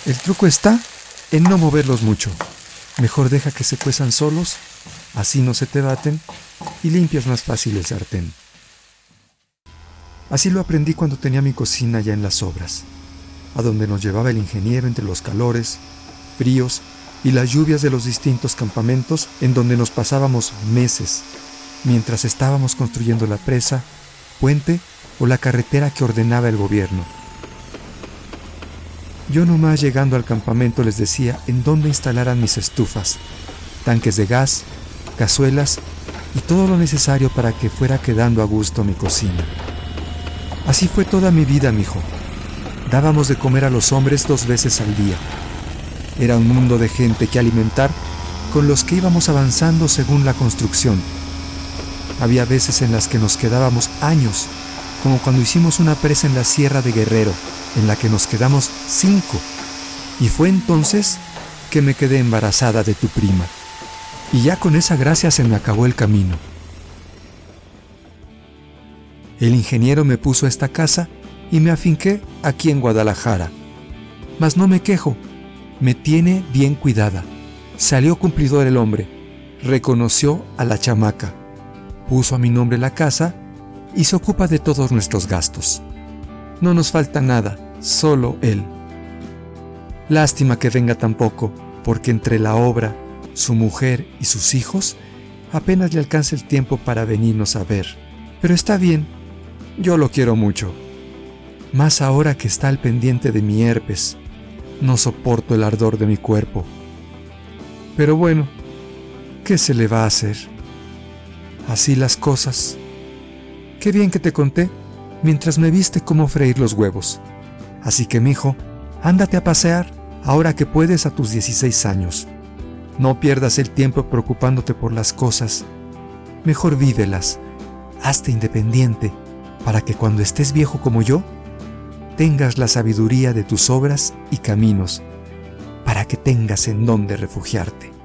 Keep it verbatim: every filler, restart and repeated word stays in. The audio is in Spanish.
El truco está en no moverlos mucho. Mejor deja que se cuezan solos, así no se te baten y limpias más fácil el sartén. Así lo aprendí cuando tenía mi cocina ya en las obras, a donde nos llevaba el ingeniero entre los calores, fríos y las lluvias de los distintos campamentos en donde nos pasábamos meses, mientras estábamos construyendo la presa, puente o la carretera que ordenaba el gobierno. Yo nomás llegando al campamento les decía en dónde instalaran mis estufas, tanques de gas, cazuelas y todo lo necesario para que fuera quedando a gusto mi cocina. Así fue toda mi vida, mijo. Dábamos de comer a los hombres dos veces al día. Era un mundo de gente que alimentar con los que íbamos avanzando según la construcción. Había veces en las que nos quedábamos años, como cuando hicimos una presa en la Sierra de Guerrero, en la que nos quedamos cinco. Y fue entonces que me quedé embarazada de tu prima. Y ya con esa gracia se me acabó el camino. El ingeniero me puso esta casa y me afinqué aquí en Guadalajara. Mas no me quejo, me tiene bien cuidada. Salió cumplidor el hombre, reconoció a la chamaca, puso a mi nombre la casa y se ocupa de todos nuestros gastos. No nos falta nada, solo él. Lástima que venga tan poco, porque entre la obra, su mujer y sus hijos, apenas le alcanza el tiempo para venirnos a ver. Pero está bien, yo lo quiero mucho. Más ahora que está al pendiente de mi herpes. No soporto el ardor de mi cuerpo. Pero bueno, ¿qué se le va a hacer? Así las cosas. Qué bien que te conté mientras me viste cómo freír los huevos. Así que, mijo, ándate a pasear ahora que puedes a tus dieciséis años. No pierdas el tiempo preocupándote por las cosas. Mejor vívelas, hazte independiente, para que cuando estés viejo como yo, tengas la sabiduría de tus obras y caminos, para que tengas en dónde refugiarte.